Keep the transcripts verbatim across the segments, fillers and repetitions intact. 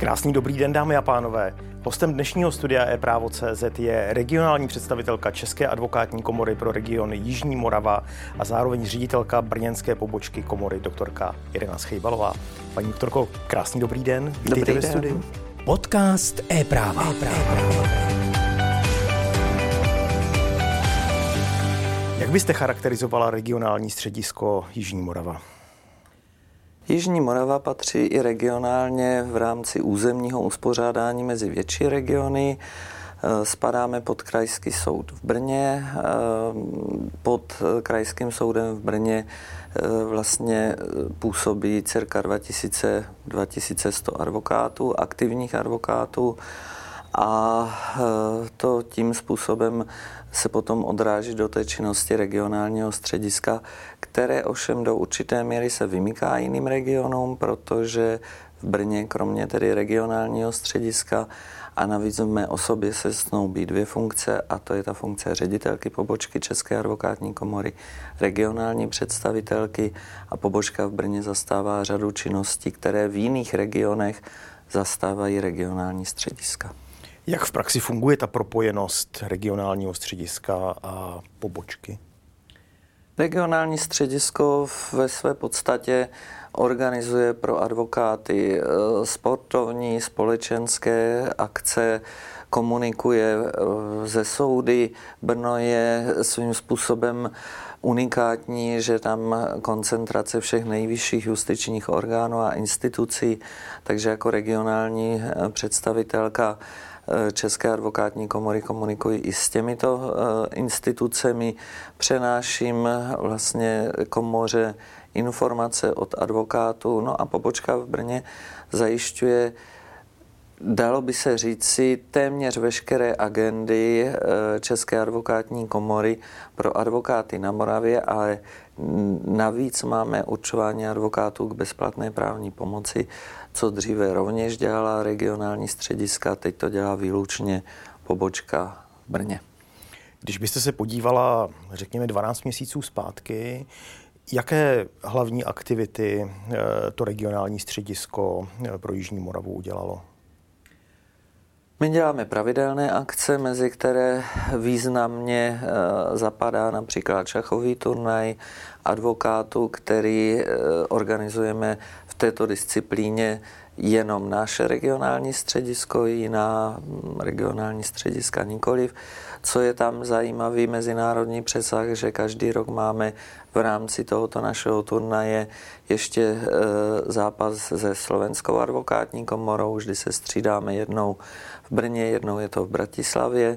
Krásný dobrý den, dámy a pánové. Hostem dnešního studia ePrávo tečka cé zet je regionální představitelka České advokátní komory pro region Jižní Morava a zároveň ředitelka brněnské pobočky komory doktorka Irena Schejbalová. Paní doktorko, krásný dobrý den. Vítejte ve studiu. Podcast ePráva. Jak byste charakterizovala regionální středisko Jižní Morava? Jižní Morava patří i regionálně v rámci územního uspořádání mezi větší regiony. Spadáme pod Krajský soud v Brně. Pod Krajským soudem v Brně vlastně působí cirka dva tisíce sto advokátů, aktivních advokátů, a to tím způsobem se potom odráží do té činnosti regionálního střediska, které ovšem do určité míry se vymyká jiným regionům, protože v Brně kromě tedy regionálního střediska a navíc v mé osobě se snoubí dvě funkce, a to je ta funkce ředitelky pobočky České advokátní komory, regionální představitelky, a pobočka v Brně zastává řadu činností, které v jiných regionech zastávají regionální střediska. Jak v praxi funguje ta propojenost regionálního střediska a pobočky? Regionální středisko ve své podstatě organizuje pro advokáty sportovní, společenské akce, komunikuje ze soudy. Brno je svým způsobem unikátní, že tam koncentrace všech nejvyšších justičních orgánů a institucí, takže jako regionální představitelka České advokátní komory komunikují i s těmito institucemi, přenáším vlastně komoře informace od advokátů, no a pobočka v Brně zajišťuje, dalo by se říci, téměř veškeré agendy České advokátní komory pro advokáty na Moravě, ale navíc máme určování advokátů k bezplatné právní pomoci, co dříve rovněž dělala regionální střediska, teď to dělá výlučně pobočka v Brně. Když byste se podívala, řekněme, dvanáct měsíců zpátky, jaké hlavní aktivity to regionální středisko pro Jižní Moravu udělalo? My děláme pravidelné akce, mezi které významně zapadá například šachový turnaj advokátů, který organizujeme v této disciplíně jenom naše regionální středisko, jiná regionální střediska nikoliv. Co je tam zajímavý mezinárodní přesah, že každý rok máme v rámci tohoto našeho turnaje ještě zápas se Slovenskou advokátní komorou, vždy se střídáme, jednou v Brně, jednou je to v Bratislavě.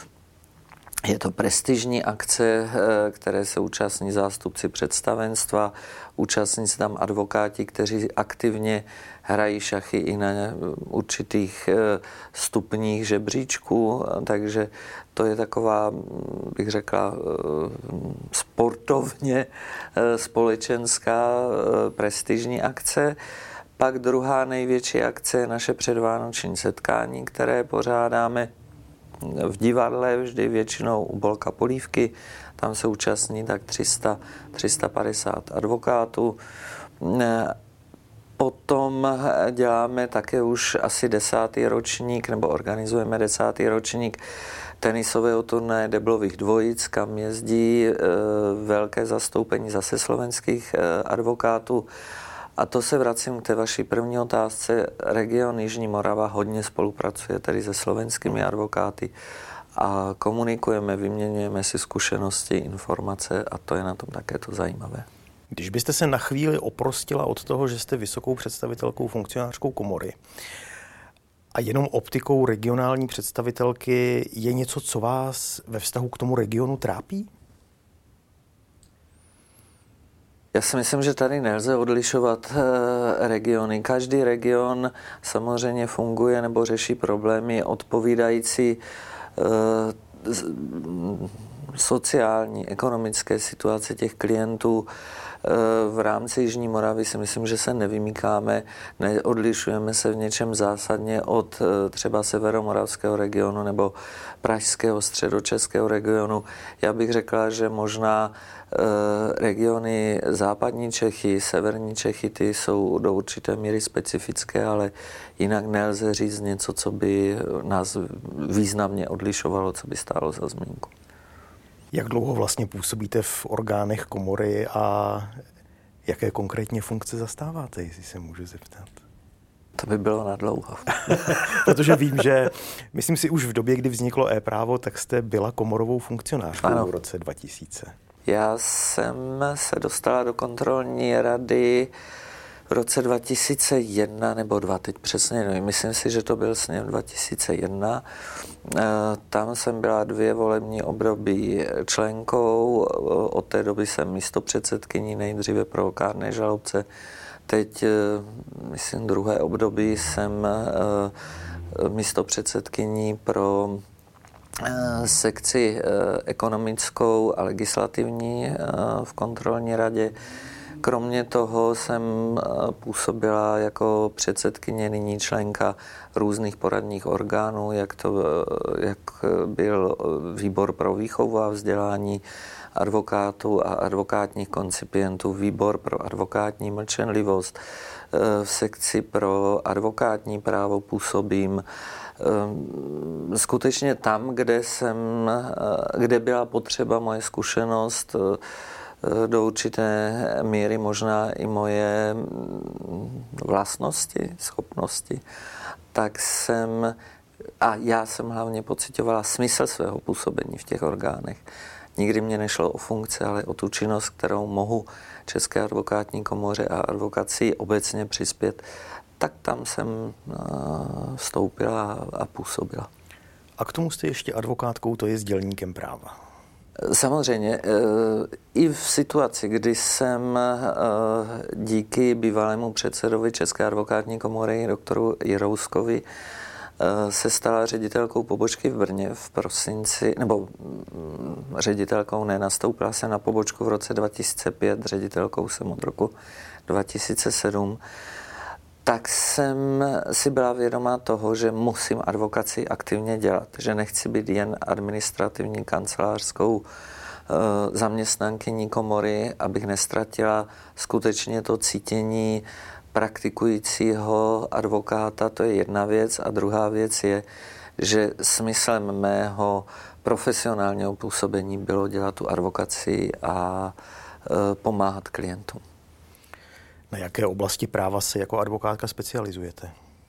Je to prestižní akce, které se účastní zástupci představenstva, účastní se tam advokáti, kteří aktivně hrají šachy i na určitých stupních žebříčků, takže to je taková, bych řekla, sportovně společenská prestižní akce. Pak druhá největší akce je naše předvánoční setkání, které pořádáme v divadle, vždy většinou u Bolka Polívky. Tam se účastní tak tři sta, tři sta padesát advokátů. Potom děláme také už asi desátý ročník, nebo organizujeme desátý ročník tenisového turnaje deblových dvojic, kam jezdí velké zastoupení zase slovenských advokátů. A to se vracím k té vaší první otázce. Region Jižní Morava hodně spolupracuje tedy se slovenskými advokáty a komunikujeme, vyměňujeme si zkušenosti, informace, a to je na tom také to zajímavé. Když byste se na chvíli oprostila od toho, že jste vysokou představitelkou funkcionářskou komory a jenom optikou regionální představitelky, je něco, co vás ve vztahu k tomu regionu trápí? Já si myslím, že tady nelze odlišovat regiony. Každý region samozřejmě funguje nebo řeší problémy odpovídající sociální, ekonomické situace těch klientů. V rámci Jižní Moravy si myslím, že se nevymýkáme, neodlišujeme se v něčem zásadně od třeba severomoravského regionu nebo pražského, středočeského regionu. Já bych řekla, že možná regiony západní Čechy, severní Čechy, ty jsou do určité míry specifické, ale jinak nelze říct něco, co by nás významně odlišovalo, co by stálo za zmínku. Jak dlouho vlastně působíte v orgánech komory a jaké konkrétně funkce zastáváte, jestli se můžu zeptat? To by bylo na dlouho. Protože vím, že myslím si už v době, kdy vzniklo e-právo, tak jste byla komorovou funkcionářkou v roce dva tisíce. Já jsem se dostala do kontrolní rady v roce dva tisíce jedna nebo dva, teď přesně nevím, myslím si, že to byl sněm dva tisíce jedna. Tam jsem byla dvě volební období členkou, od té doby jsem místopředsedkyní nejdříve pro kárné žalobce. Teď, myslím, druhé období jsem místopředsedkyní pro sekci ekonomickou a legislativní v kontrolní radě. Kromě toho jsem působila jako předsedkyně, nyní členka různých poradních orgánů, jak, to, jak byl výbor pro výchovu a vzdělání advokátů a advokátních koncipientů, výbor pro advokátní mlčenlivost. V sekci pro advokátní právo působím skutečně tam, kde jsem, kde byla potřeba moje zkušenost, do určité míry možná i moje vlastnosti, schopnosti, tak jsem, a já jsem hlavně pociťovala smysl svého působení v těch orgánech. Nikdy mě nešlo o funkci, ale o tu činnost, kterou mohu České advokátní komoře a advokacii obecně přispět, tak tam jsem vstoupila a působila. A k tomu jste ještě advokátkou, to je s dělníkem práva. Samozřejmě, i v situaci, kdy jsem díky bývalému předsedovi České advokátní komory, doktoru Jirouskovi, se stala ředitelkou pobočky v Brně v prosinci, nebo ředitelkou ne, nastoupila jsem na pobočku v roce dva tisíce pět, ředitelkou jsem od roku dva tisíce sedm, tak jsem si byla vědomá toho, že musím advokaci aktivně dělat, že nechci být jen administrativní kancelářskou zaměstnankyní komory, abych nestratila skutečně to cítění praktikujícího advokáta, to je jedna věc. A druhá věc je, že smyslem mého profesionálního působení bylo dělat tu advokaci a pomáhat klientům. Na jaké oblasti práva se jako advokátka specializujete?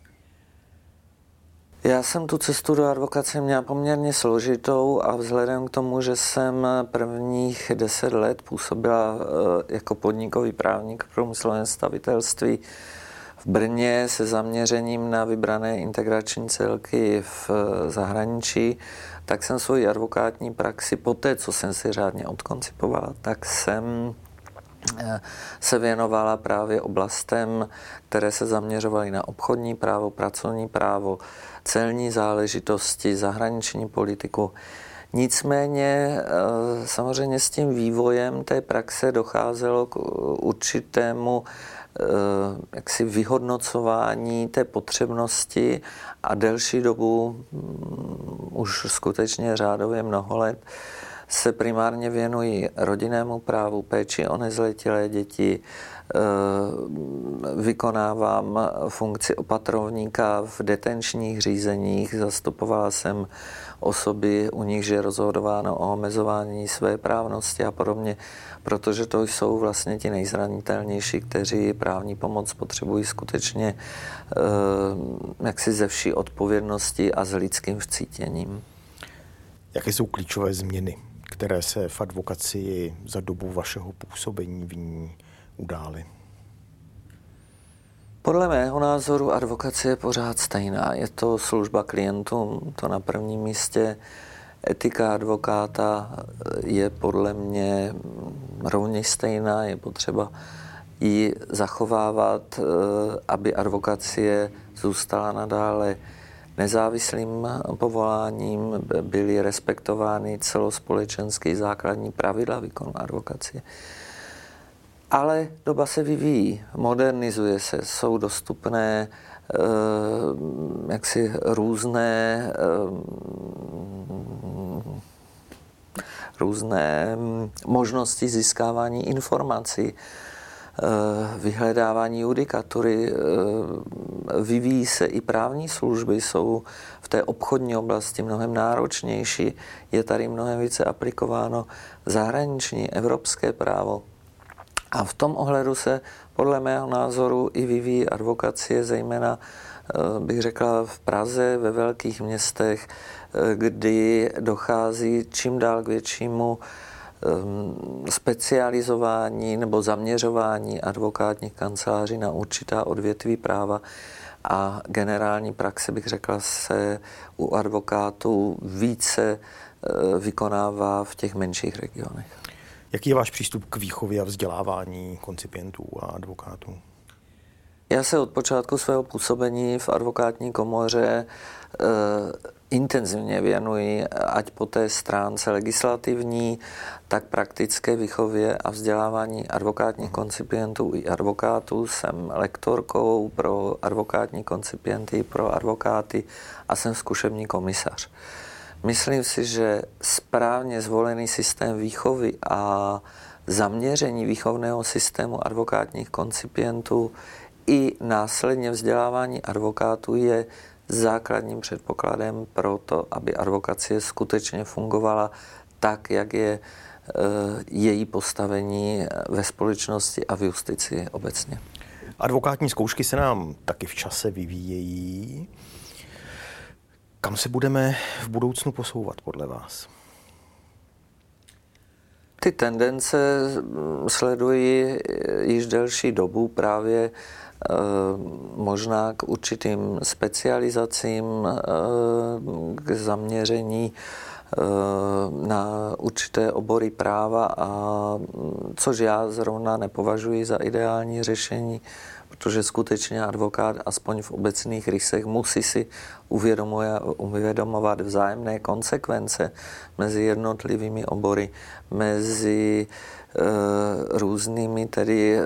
Já jsem tu cestu do advokace měla poměrně složitou a vzhledem k tomu, že jsem prvních deset let působila jako podnikový právník v průmyslovém stavitelství v Brně se zaměřením na vybrané integrační celky v zahraničí, tak jsem svoji advokátní praxi poté, co jsem si řádně odkoncipovala, tak jsem se věnovala právě oblastem, které se zaměřovaly na obchodní právo, pracovní právo, celní záležitosti, zahraniční politiku. Nicméně samozřejmě s tím vývojem té praxe docházelo k určitému jaksi vyhodnocování té potřebnosti a delší dobu, už skutečně řádově mnoho let, se primárně věnují rodinnému právu, péči o nezletilé děti, vykonávám funkci opatrovníka v detenčních řízeních, zastupovala jsem osoby, u nichž je rozhodováno o omezování své právnosti a podobně, protože to jsou vlastně ti nejzranitelnější, kteří právní pomoc potřebují skutečně jaksi ze vší odpovědnosti a s lidským vcítěním. Jaké jsou klíčové změny, které se v advokacii za dobu vašeho působení v ní udály? Podle mého názoru advokacie je pořád stejná. Je to služba klientům, to na prvním místě. Etika advokáta je podle mě rovněž stejná. Je potřeba ji zachovávat, aby advokacie zůstala nadále nezávislým povoláním, byly respektovány celospolečenské základní pravidla výkonu advokacie. Ale doba se vyvíjí, modernizuje se, jsou dostupné eh, jaksi různé eh, různé možnosti získávání informací, vyhledávání judikatury, vyvíjí se i právní služby, jsou v té obchodní oblasti mnohem náročnější, je tady mnohem více aplikováno zahraniční evropské právo. A v tom ohledu se podle mého názoru i vyvíjí advokacie, zejména bych řekla v Praze, ve velkých městech, kdy dochází čím dál k většímu specializování nebo zaměřování advokátních kanceláří na určitá odvětví práva a generální praxe, bych řekla, se u advokátů více vykonává v těch menších regionech. Jaký je váš přístup k výchově a vzdělávání koncipientů a advokátů? Já se od počátku svého působení v advokátní komoře e, intenzivně věnuji, ať po té stránce legislativní, tak praktické výchově a vzdělávání advokátních koncipientů i advokátů. Jsem lektorkou pro advokátní koncipienty, pro advokáty a jsem zkušební komisař. Myslím si, že správně zvolený systém výchovy a zaměření výchovného systému advokátních koncipientů i následně vzdělávání advokátů je základním předpokladem pro to, aby advokacie skutečně fungovala tak, jak je e, její postavení ve společnosti a v justici obecně. Advokátní zkoušky se nám taky v čase vyvíjejí. Kam se budeme v budoucnu posouvat podle vás? Ty tendence sleduji již delší dobu právě možná k určitým specializacím, k zaměření na určité obory práva, a což já zrovna nepovažuji za ideální řešení, protože skutečně advokát aspoň v obecných rysech musí si uvědomovat vzájemné konsekvence mezi jednotlivými obory, mezi různými tedy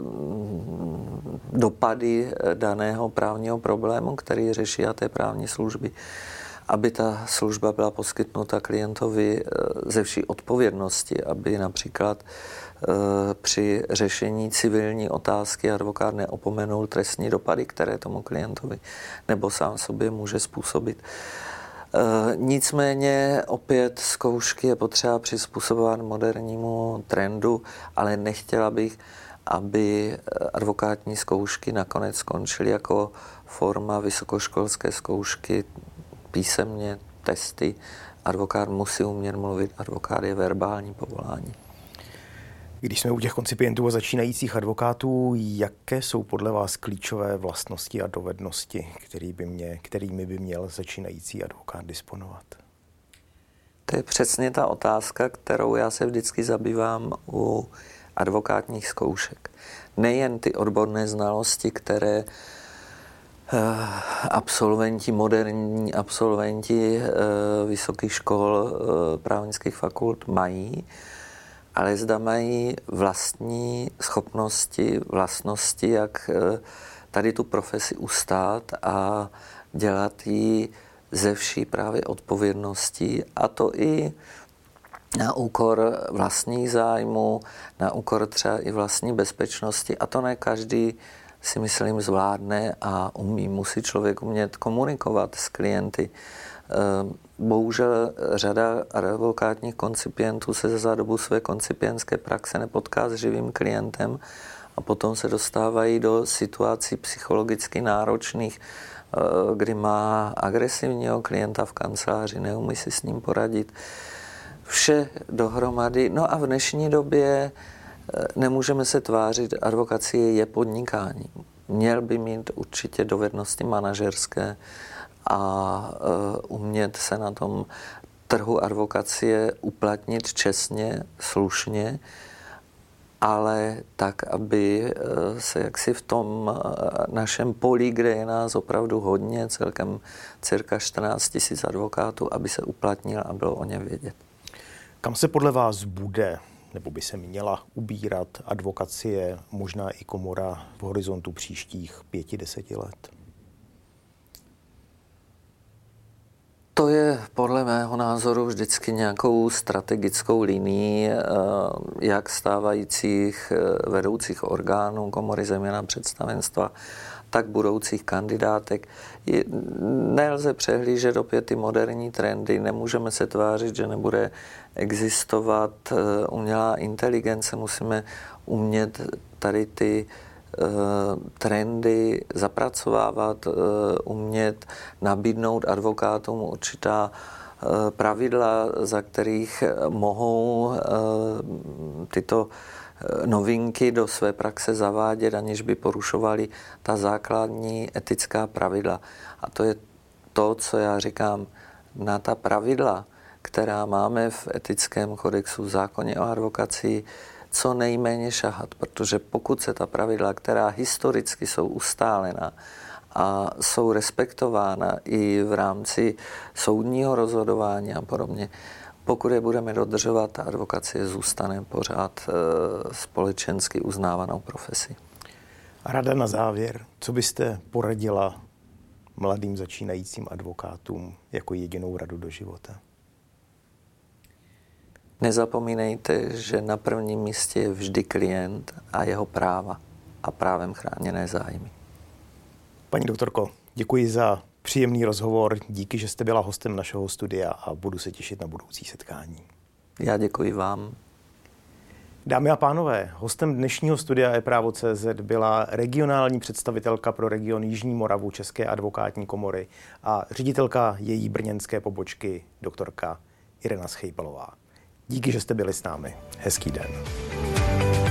dopady daného právního problému, který řeší a té právní služby, aby ta služba byla poskytnuta klientovi ze vší odpovědnosti, aby například při řešení civilní otázky advokát neopomenul trestní dopady, které tomu klientovi nebo sám sobě může způsobit. Nicméně opět zkoušky je potřeba přizpůsobovat modernímu trendu, ale nechtěla bych, aby advokátní zkoušky nakonec skončily jako forma vysokoškolské zkoušky, písemně, testy. Advokát musí umět mluvit, advokát je verbální povolání. Když jsme u těch koncipientů a začínajících advokátů, jaké jsou podle vás klíčové vlastnosti a dovednosti, který by mě, kterými by měl začínající advokát disponovat? To je přesně ta otázka, kterou já se vždycky zabývám u advokátních zkoušek. Nejen ty odborné znalosti, které absolventi, moderní absolventi vysokých škol, právnických fakult mají, ale zda mají vlastní schopnosti, vlastnosti, jak tady tu profesi ustát a dělat ji ze vší právě odpovědností, a to i na úkor vlastních zájmů, na úkor třeba i vlastní bezpečnosti, a to ne každý, si myslím, zvládne a umí. Musí člověk umět komunikovat s klienty. Bohužel řada advokátních koncipientů se za dobu své koncipientské praxe nepotká s živým klientem a potom se dostávají do situací psychologicky náročných, kdy má agresivního klienta v kanceláři, neumí si s ním poradit. Vše dohromady. No a v dnešní době nemůžeme se tvářit, advokacie je podnikání. Měl by mít určitě dovednosti manažerské a umět se na tom trhu advokacie uplatnit čestně, slušně, ale tak, aby se jaksi v tom našem poli, kde je nás opravdu hodně, celkem cirka čtrnáct tisíc advokátů, aby se uplatnil a bylo o ně vědět. Kam se podle vás bude nebo by se měla ubírat advokacie, možná i komora v horizontu příštích pěti, deseti let? To je podle mého názoru vždycky nějakou strategickou linií jak stávajících vedoucích orgánů komory, zejména představenstva, tak budoucích kandidátek. Nelze přehlížet opět ty moderní trendy, nemůžeme se tvářit, že nebude existovat umělá inteligence, musíme umět tady ty trendy zapracovávat, umět nabídnout advokátům určitá pravidla, za kterých mohou tyto novinky do své praxe zavádět, aniž by porušovali ta základní etická pravidla. A to je to, co já říkám, na ta pravidla, která máme v etickém kodexu, v zákoně o advokacii, co nejméně šahat, protože pokud se ta pravidla, která historicky jsou ustálená a jsou respektována i v rámci soudního rozhodování a podobně, pokud je budeme dodržovat, ta advokacie zůstane pořád e, společensky uznávanou profesí. A rada na závěr, co byste poradila mladým začínajícím advokátům jako jedinou radu do života? Nezapomínejte, že na prvním místě je vždy klient a jeho práva a právem chráněné zájmy. Paní doktorko, děkuji za příjemný rozhovor, díky, že jste byla hostem našeho studia a budu se těšit na budoucí setkání. Já děkuji vám. Dámy a pánové, hostem dnešního studia ePrávo tečka cé zet byla regionální představitelka pro region Jižní Moravu České advokátní komory a ředitelka její brněnské pobočky, doktorka Irena Schejpelová. Díky, že jste byli s námi. Hezký den.